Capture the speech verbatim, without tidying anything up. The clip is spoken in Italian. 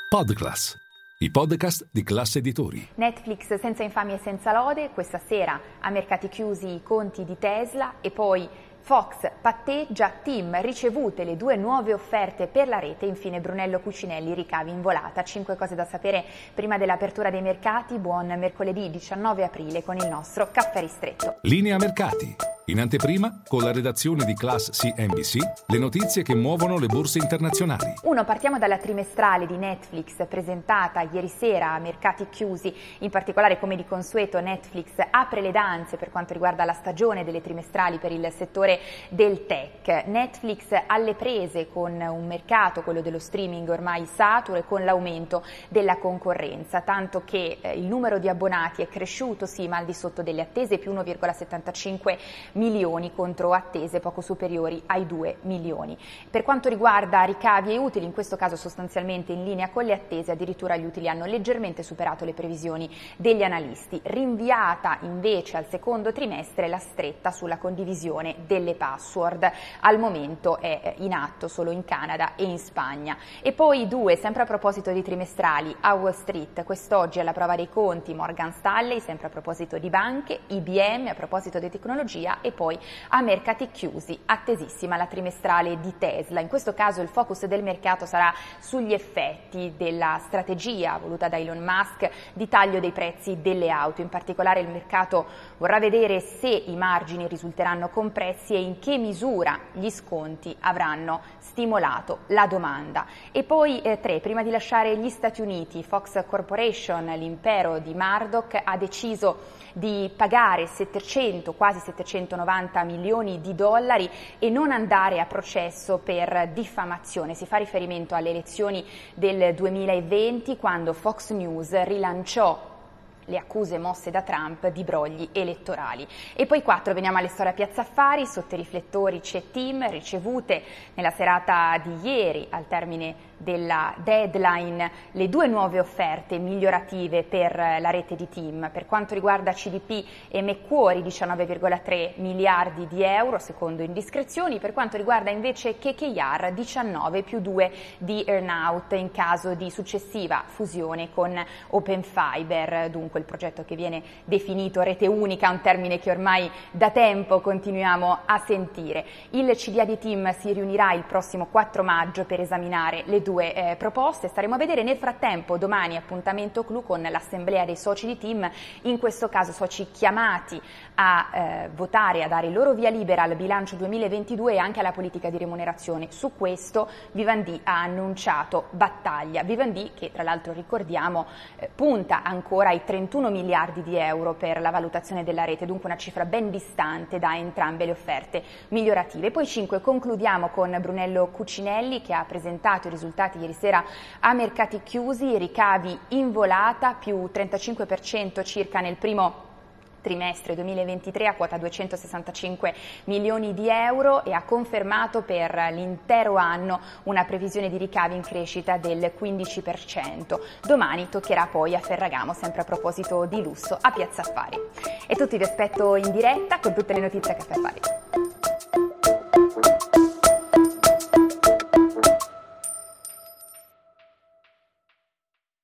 Podclass, i podcast di Class Editori. Netflix senza infamia e senza lode, questa sera a mercati chiusi i conti di Tesla e poi Fox patteggia, Tim ricevute le due nuove offerte per la rete, infine Brunello Cucinelli ricavi in volata. Cinque cose da sapere prima dell'apertura dei mercati. Buon mercoledì diciannove aprile con il nostro caffè ristretto. Linea mercati. In anteprima, con la redazione di Class C N B C, le notizie che muovono le borse internazionali. Uno, partiamo dalla trimestrale di Netflix presentata ieri sera a mercati chiusi. In particolare, come di consueto, Netflix apre le danze per quanto riguarda la stagione delle trimestrali per il settore del tech. Netflix alle prese con un mercato, quello dello streaming, ormai saturo e con l'aumento della concorrenza, tanto che eh, il numero di abbonati è cresciuto, sì, ma al di sotto delle attese, più uno virgola settantacinque milioni contro attese poco superiori ai due milioni. Per quanto riguarda ricavi e utili, in questo caso sostanzialmente in linea con le attese, addirittura gli utili hanno leggermente superato le previsioni degli analisti. Rinviata invece al secondo trimestre la stretta sulla condivisione delle password, al momento è in atto solo in Canada e in Spagna. E poi due, sempre a proposito di trimestrali, a Wall Street quest'oggi alla prova dei conti Morgan Stanley, sempre a proposito di banche, I B M a proposito di tecnologia, e poi a mercati chiusi attesissima la trimestrale di Tesla. In questo caso il focus del mercato sarà sugli effetti della strategia voluta da Elon Musk di taglio dei prezzi delle auto. In particolare il mercato vorrà vedere se i margini risulteranno compressi e in che misura gli sconti avranno stimolato la domanda. E poi eh, tre, prima di lasciare gli Stati Uniti, Fox Corporation, l'impero di Murdoch, ha deciso di pagare settecento, quasi settecentonovanta milioni di dollari e non andare a processo per diffamazione. Si fa riferimento alle elezioni del duemilaventi, quando Fox News rilanciò le accuse mosse da Trump di brogli elettorali. E poi quattro, veniamo alle storie a Piazza Affari. Sotto i riflettori c'è Tim, ricevute nella serata di ieri al termine della deadline le due nuove offerte migliorative per la rete di Tim. Per quanto riguarda C D P e Macquarie, diciannove virgola tre miliardi di euro secondo indiscrezioni. Per quanto riguarda invece K K R, diciannove più due di earnout in caso di successiva fusione con Open Fiber. Dunque il progetto che viene definito rete unica, un termine che ormai da tempo continuiamo a sentire. Il C D A di Tim si riunirà il prossimo quattro maggio per esaminare le due eh, proposte. Staremo a vedere. Nel frattempo domani appuntamento clou con l'assemblea dei soci di Tim, in questo caso soci chiamati a eh, votare, a dare il loro via libera al bilancio duemilaventidue e anche alla politica di remunerazione. Su questo Vivendi ha annunciato battaglia. Vivendi, che tra l'altro ricordiamo eh, punta ancora ai trentuno miliardi di euro per la valutazione della rete, dunque una cifra ben distante da entrambe le offerte migliorative. Poi cinque, concludiamo con Brunello Cucinelli, che ha presentato i risultati ieri sera a mercati chiusi, ricavi in volata, più trentacinque per cento circa nel primo trimestre duemilaventitré a quota duecentosessantacinque milioni di euro, e ha confermato per l'intero anno una previsione di ricavi in crescita del quindici per cento. Domani toccherà poi a Ferragamo, sempre a proposito di lusso, a Piazza Affari. E tutti vi aspetto in diretta con tutte le notizie a Caffè Affari.